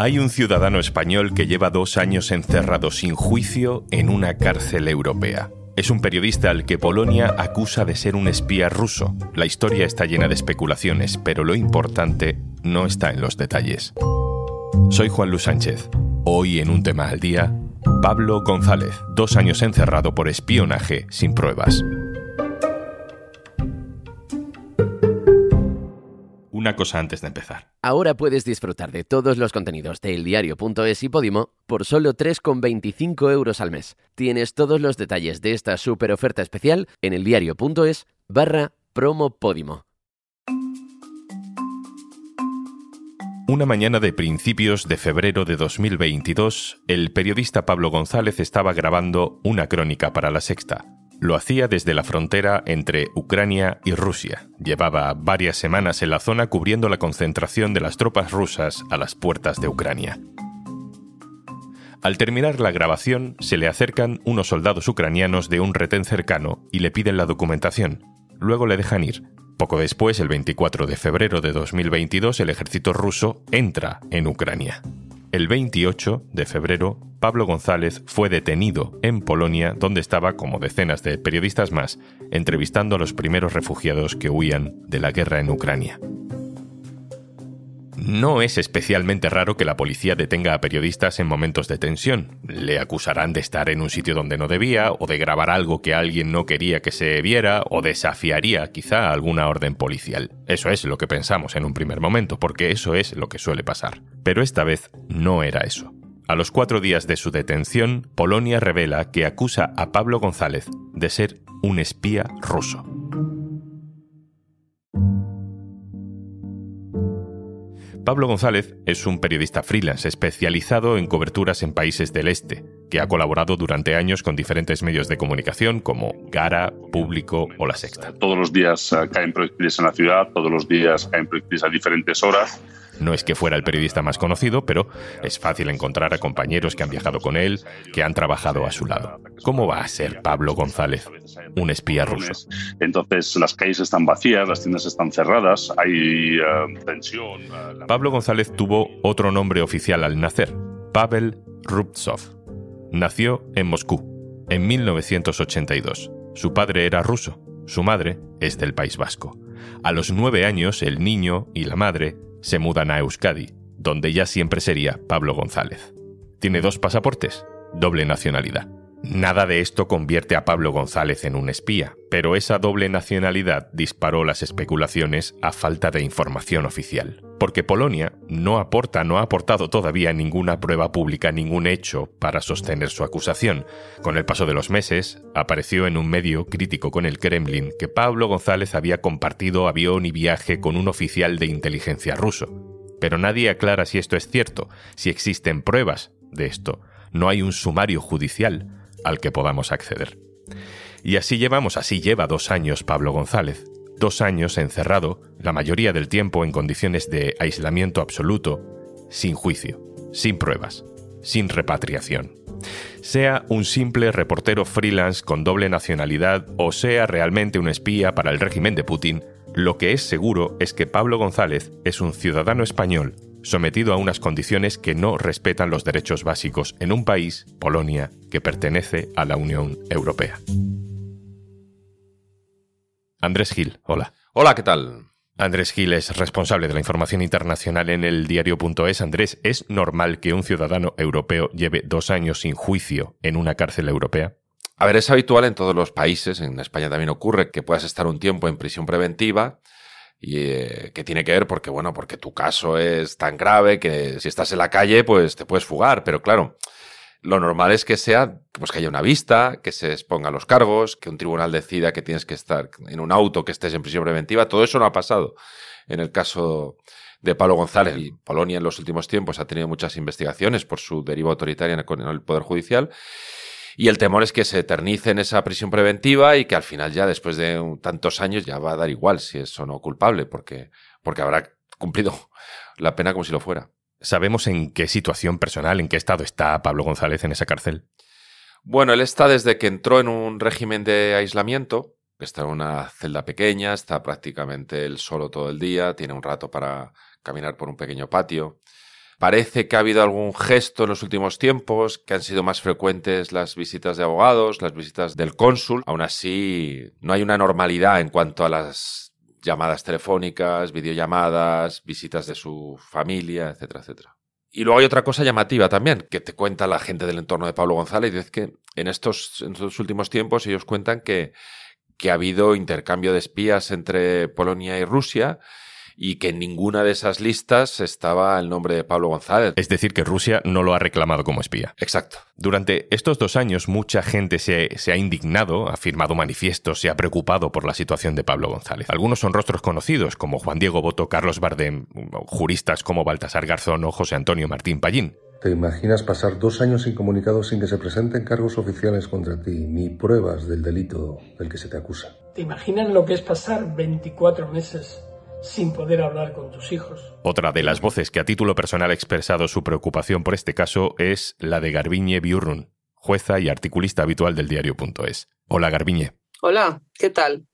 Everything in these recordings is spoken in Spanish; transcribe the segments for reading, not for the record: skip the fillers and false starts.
Hay un ciudadano español que lleva 2 años encerrado sin juicio en una cárcel europea. Es un periodista al que Polonia acusa de ser un espía ruso. La historia está llena de especulaciones, pero lo importante no está en los detalles. Soy Juan Luis Sánchez. Hoy en Un Tema al Día, Pablo González, 2 años encerrado por espionaje sin pruebas. Una cosa antes de empezar. Ahora puedes disfrutar de todos los contenidos de eldiario.es y Podimo por solo 3,25 € al mes. Tienes todos los detalles de esta súper oferta especial en eldiario.es/promo Podimo. Una mañana de principios de febrero de 2022, el periodista Pablo González estaba grabando una crónica para La Sexta. Lo hacía desde la frontera entre Ucrania y Rusia. Llevaba varias semanas en la zona cubriendo la concentración de las tropas rusas a las puertas de Ucrania. Al terminar la grabación, se le acercan unos soldados ucranianos de un retén cercano y le piden la documentación. Luego le dejan ir. Poco después, el 24 de febrero de 2022, el ejército ruso entra en Ucrania. El 28 de febrero, Pablo González fue detenido en Polonia, donde estaba, como decenas de periodistas más, entrevistando a los primeros refugiados que huían de la guerra en Ucrania. No es especialmente raro que la policía detenga a periodistas en momentos de tensión. Le acusarán de estar en un sitio donde no debía, o de grabar algo que alguien no quería que se viera, o desafiaría quizá alguna orden policial. Eso es lo que pensamos en un primer momento, porque eso es lo que suele pasar. Pero esta vez no era eso. A los 4 días de su detención, Polonia revela que acusa a Pablo González de ser un espía ruso. Pablo González es un periodista freelance especializado en coberturas en países del este, que ha colaborado durante años con diferentes medios de comunicación como Gara, Público o La Sexta. Todos los días caen proyectiles en la ciudad, todos los días caen proyectiles a diferentes horas. No es que fuera el periodista más conocido, pero es fácil encontrar a compañeros que han viajado con él, que han trabajado a su lado. ¿Cómo va a ser Pablo González un espía ruso? Entonces las calles están vacías, las tiendas están cerradas, hay tensión. Pablo González tuvo otro nombre oficial al nacer, Pavel Rubtsov. Nació en Moscú, en 1982. Su padre era ruso, su madre es del País Vasco. A los 9 años, el niño y la madre se mudan a Euskadi, donde ya siempre sería Pablo González. Tiene 2 pasaportes, doble nacionalidad. Nada de esto convierte a Pablo González en un espía, pero esa doble nacionalidad disparó las especulaciones a falta de información oficial. Porque Polonia no ha aportado todavía ninguna prueba pública, ningún hecho para sostener su acusación. Con el paso de los meses, apareció en un medio crítico con el Kremlin que Pablo González había compartido avión y viaje con un oficial de inteligencia ruso. Pero nadie aclara si esto es cierto, si existen pruebas de esto. No hay un sumario judicial al que podamos acceder. Y así lleva 2 años Pablo González. 2 años encerrado, la mayoría del tiempo en condiciones de aislamiento absoluto, sin juicio, sin pruebas, sin repatriación. Sea un simple reportero freelance con doble nacionalidad o sea realmente un espía para el régimen de Putin, lo que es seguro es que Pablo González es un ciudadano español sometido a unas condiciones que no respetan los derechos básicos en un país, Polonia, que pertenece a la Unión Europea. Andrés Gil, hola. Hola, ¿qué tal? Andrés Gil es responsable de la información internacional en eldiario.es. Andrés, ¿es normal que un ciudadano europeo lleve 2 años sin juicio en una cárcel europea? A ver, es habitual en todos los países, en España también ocurre, que puedas estar un tiempo en prisión preventiva y que tiene que ver porque tu caso es tan grave que si estás en la calle pues te puedes fugar, pero claro, lo normal es que sea pues que haya una vista, que se expongan los cargos, que un tribunal decida que tienes que estar en un auto, que estés en prisión preventiva. Todo eso no ha pasado en el caso de Pablo González. Y Polonia en los últimos tiempos ha tenido muchas investigaciones por su deriva autoritaria con el Poder Judicial. Y el temor es que se eternice en esa prisión preventiva y que al final ya después de tantos años ya va a dar igual si es o no culpable, porque habrá cumplido la pena como si lo fuera. ¿Sabemos en qué situación personal, en qué estado está Pablo González en esa cárcel? Bueno, él está desde que entró en un régimen de aislamiento, está en una celda pequeña, está prácticamente él solo todo el día, tiene un rato para caminar por un pequeño patio. Parece que ha habido algún gesto en los últimos tiempos, que han sido más frecuentes las visitas de abogados, las visitas del cónsul. Aún así, no hay una normalidad en cuanto a las llamadas telefónicas, videollamadas, visitas de su familia, etcétera, etcétera. Y luego hay otra cosa llamativa también, que te cuenta la gente del entorno de Pablo González, y es que en estos últimos tiempos ellos cuentan que ha habido intercambio de espías entre Polonia y Rusia y que en ninguna de esas listas estaba el nombre de Pablo González. Es decir, que Rusia no lo ha reclamado como espía. Exacto. Durante estos 2 años, mucha gente se ha indignado, ha firmado manifiestos, se ha preocupado por la situación de Pablo González. Algunos son rostros conocidos, como Juan Diego Boto, Carlos Bardem, juristas como Baltasar Garzón o José Antonio Martín Pallín. ¿Te imaginas pasar 2 años incomunicados sin que se presenten cargos oficiales contra ti, ni pruebas del delito del que se te acusa? ¿Te imaginas lo que es pasar 24 meses sin poder hablar con tus hijos? Otra de las voces que a título personal ha expresado su preocupación por este caso es la de Garbiñe Biurrun, jueza y articulista habitual del diario.es. Hola, Garbiñe. Hola, ¿qué tal?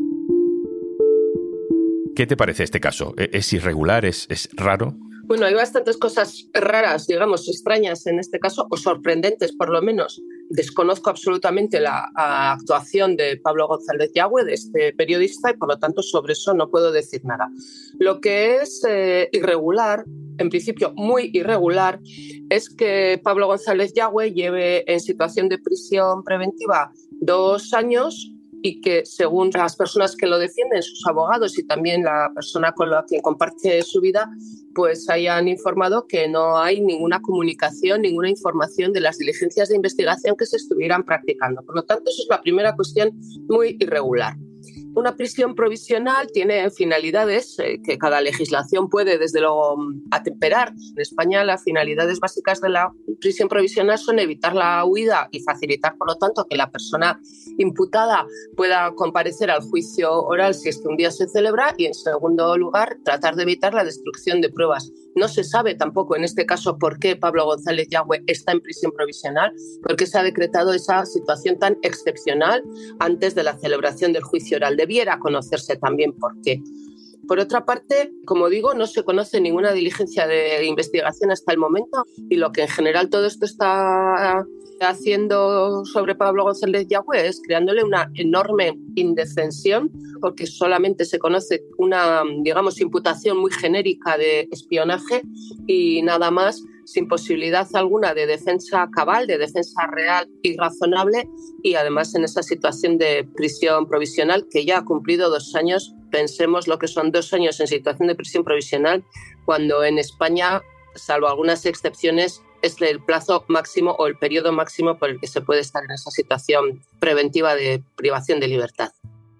¿Qué te parece este caso? ¿Es irregular? ¿Es raro? Bueno, hay bastantes cosas raras, digamos, extrañas en este caso, o sorprendentes por lo menos. Desconozco absolutamente la actuación de Pablo González Yagüe, de este periodista, y por lo tanto sobre eso no puedo decir nada. Lo que es irregular, en principio muy irregular, es que Pablo González Yagüe lleve en situación de prisión preventiva 2 años y que, según las personas que lo defienden, sus abogados y también la persona con la que comparte su vida, pues hayan informado que no hay ninguna comunicación, ninguna información de las diligencias de investigación que se estuvieran practicando. Por lo tanto, eso es la primera cuestión muy irregular. Una prisión provisional tiene finalidades que cada legislación puede, desde luego, atemperar. En España, las finalidades básicas de la prisión provisional son evitar la huida y facilitar, por lo tanto, que la persona imputada pueda comparecer al juicio oral si es que un día se celebra, y, en segundo lugar, tratar de evitar la destrucción de pruebas. No se sabe tampoco en este caso por qué Pablo González Yagüe está en prisión provisional, porque se ha decretado esa situación tan excepcional antes de la celebración del juicio oral. Debiera conocerse también por qué. Por otra parte, como digo, no se conoce ninguna diligencia de investigación hasta el momento, y lo que en general todo esto está haciendo sobre Pablo González Yagüe es creándole una enorme indefensión, porque solamente se conoce una, digamos, imputación muy genérica de espionaje y nada más, sin posibilidad alguna de defensa cabal, de defensa real y razonable, y además en esa situación de prisión provisional que ya ha cumplido 2 años. Pensemos lo que son 2 años en situación de prisión provisional, cuando en España, salvo algunas excepciones, es el plazo máximo o el periodo máximo por el que se puede estar en esa situación preventiva de privación de libertad.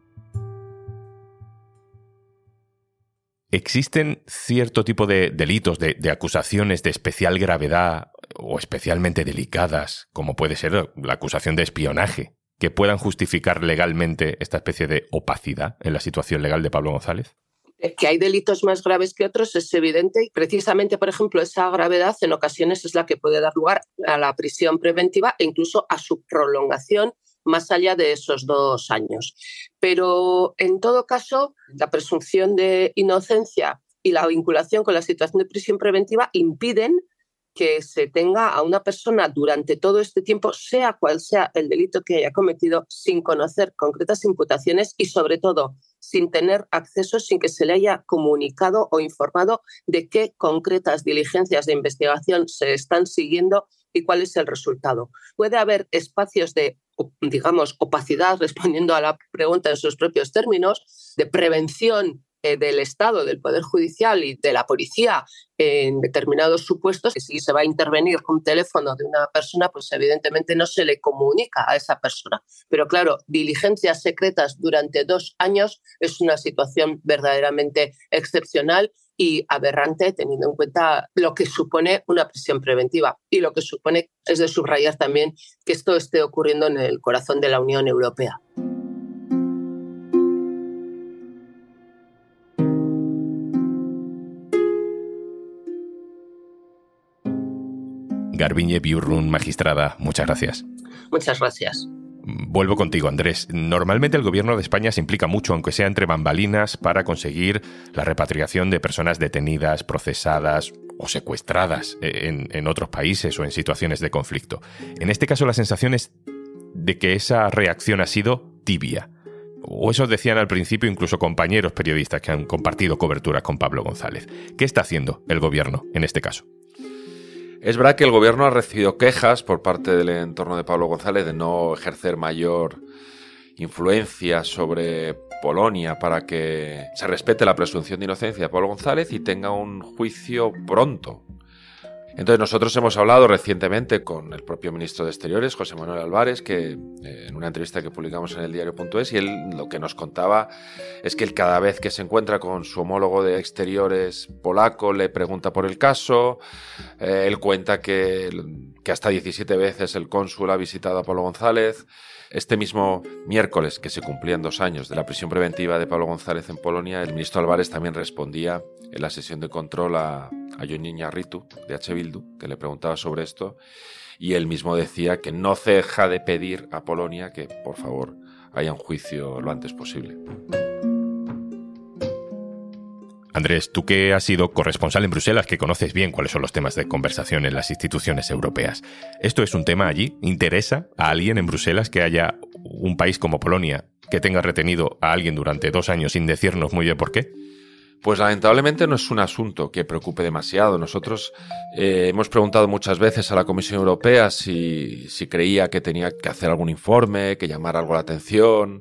¿Existen cierto tipo de delitos, de acusaciones de especial gravedad o especialmente delicadas, como puede ser la acusación de espionaje, que puedan justificar legalmente esta especie de opacidad en la situación legal de Pablo González? Que hay delitos más graves que otros es evidente, y precisamente, por ejemplo, esa gravedad en ocasiones es la que puede dar lugar a la prisión preventiva e incluso a su prolongación más allá de esos 2 años. Pero, en todo caso, la presunción de inocencia y la vinculación con la situación de prisión preventiva impiden que se tenga a una persona durante todo este tiempo, sea cual sea el delito que haya cometido, sin conocer concretas imputaciones y, sobre todo, sin tener acceso, sin que se le haya comunicado o informado de qué concretas diligencias de investigación se están siguiendo y cuál es el resultado. Puede haber espacios de, digamos, opacidad, respondiendo a la pregunta en sus propios términos, de prevención del Estado, del Poder Judicial y de la policía en determinados supuestos, que si se va a intervenir con un teléfono de una persona, pues evidentemente no se le comunica a esa persona. Pero claro, diligencias secretas durante 2 años es una situación verdaderamente excepcional y aberrante, teniendo en cuenta lo que supone una prisión preventiva. Y lo que supone es de subrayar también que esto esté ocurriendo en el corazón de la Unión Europea. Garbiñe Biurrun, magistrada, muchas gracias. Muchas gracias. Vuelvo contigo, Andrés. Normalmente el gobierno de España se implica mucho, aunque sea entre bambalinas, para conseguir la repatriación de personas detenidas, procesadas o secuestradas en otros países o en situaciones de conflicto. En este caso la sensación es de que esa reacción ha sido tibia. O eso decían al principio incluso compañeros periodistas que han compartido cobertura con Pablo González. ¿Qué está haciendo el gobierno en este caso? Es verdad que el gobierno ha recibido quejas por parte del entorno de Pablo González de no ejercer mayor influencia sobre Polonia para que se respete la presunción de inocencia de Pablo González y tenga un juicio pronto. Entonces nosotros hemos hablado recientemente con el propio ministro de Exteriores, José Manuel Álvarez, que en una entrevista que publicamos en el diario.es, y él lo que nos contaba es que él cada vez que se encuentra con su homólogo de Exteriores polaco le pregunta por el caso. Él cuenta que hasta 17 veces el cónsul ha visitado a Pablo González. Este mismo miércoles, que se cumplían 2 años de la prisión preventiva de Pablo González en Polonia, el ministro Álvarez también respondía en la sesión de control a Jon Iñárritu, de H. Bildu, que le preguntaba sobre esto, y él mismo decía que no deja de pedir a Polonia que, por favor, haya un juicio lo antes posible. Andrés, tú que has sido corresponsal en Bruselas, que conoces bien cuáles son los temas de conversación en las instituciones europeas. ¿Esto es un tema allí? ¿Interesa a alguien en Bruselas que haya un país como Polonia que tenga retenido a alguien durante 2 años sin decirnos muy bien por qué? Pues lamentablemente no es un asunto que preocupe demasiado. Nosotros hemos preguntado muchas veces a la Comisión Europea si creía que tenía que hacer algún informe, que llamara algo la atención,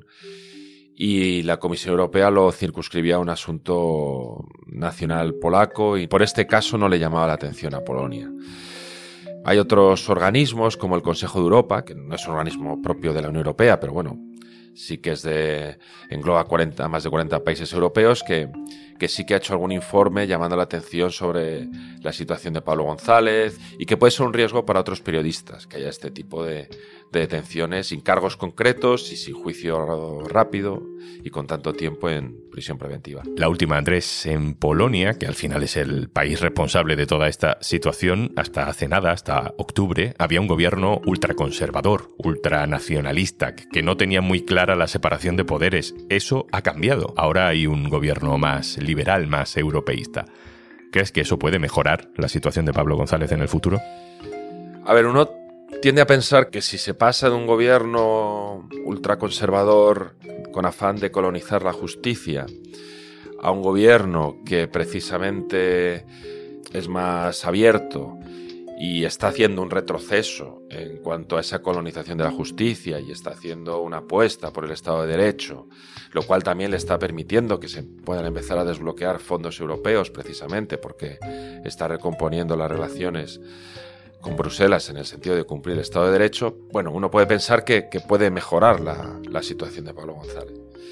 y la Comisión Europea lo circunscribía a un asunto nacional polaco y por este caso no le llamaba la atención a Polonia. Hay otros organismos como el Consejo de Europa, que no es un organismo propio de la Unión Europea, pero bueno, sí que engloba más de 40 países europeos que sí que ha hecho algún informe llamando la atención sobre la situación de Pablo González y que puede ser un riesgo para otros periodistas que haya este tipo de detenciones sin cargos concretos y sin juicio rápido y con tanto tiempo en prisión preventiva. La última, Andrés, en Polonia, que al final es el país responsable de toda esta situación, hasta hace nada, hasta octubre, había un gobierno ultraconservador, ultranacionalista, que no tenía muy clara la separación de poderes. Eso ha cambiado. Ahora hay un gobierno más liberal, más europeísta. ¿Crees que eso puede mejorar la situación de Pablo González en el futuro? A ver, uno tiende a pensar que si se pasa de un gobierno ultraconservador con afán de colonizar la justicia a un gobierno que precisamente es más abierto y está haciendo un retroceso en cuanto a esa colonización de la justicia y está haciendo una apuesta por el Estado de Derecho, lo cual también le está permitiendo que se puedan empezar a desbloquear fondos europeos precisamente porque está recomponiendo las relaciones con Bruselas en el sentido de cumplir el Estado de Derecho, bueno, uno puede pensar que puede mejorar la situación de Pablo González.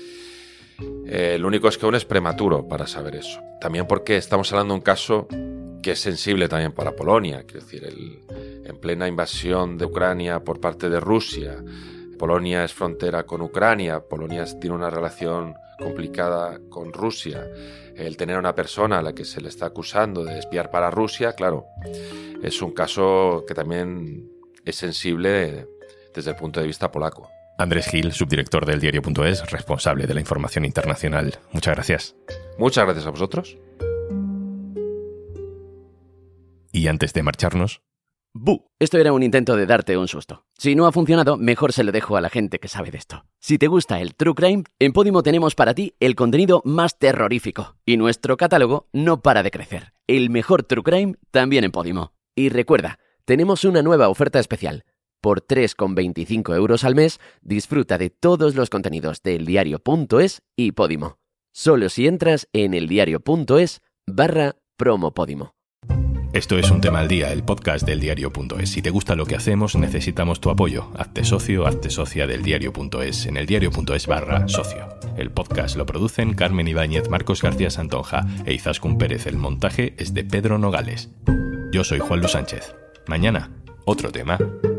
Lo único es que aún es prematuro para saber eso. También porque estamos hablando de un caso que es sensible también para Polonia, quiero decir, en plena invasión de Ucrania por parte de Rusia. Polonia es frontera con Ucrania, Polonia tiene una relación complicada con Rusia. El tener a una persona a la que se le está acusando de espiar para Rusia, claro, es un caso que también es sensible desde el punto de vista polaco. Andrés Gil, subdirector del diario.es, responsable de la información internacional. Muchas gracias. Muchas gracias a vosotros. Y antes de marcharnos... ¡Bu! Esto era un intento de darte un susto. Si no ha funcionado, mejor se lo dejo a la gente que sabe de esto. Si te gusta el True Crime, en Podimo tenemos para ti el contenido más terrorífico. Y nuestro catálogo no para de crecer. El mejor True Crime también en Podimo. Y recuerda, tenemos una nueva oferta especial. Por 3,25 € al mes, disfruta de todos los contenidos de eldiario.es y Podimo. Solo si entras en eldiario.es/promopodimo. Esto es Un Tema al Día, el podcast del diario.es. Si te gusta lo que hacemos, necesitamos tu apoyo. Hazte socio, hazte socia del diario.es en eldiario.es/socio. El podcast lo producen Carmen Ibáñez, Marcos García Santonja e Izaskun Pérez. El montaje es de Pedro Nogales. Yo soy Juan Luis Sánchez. Mañana, otro tema.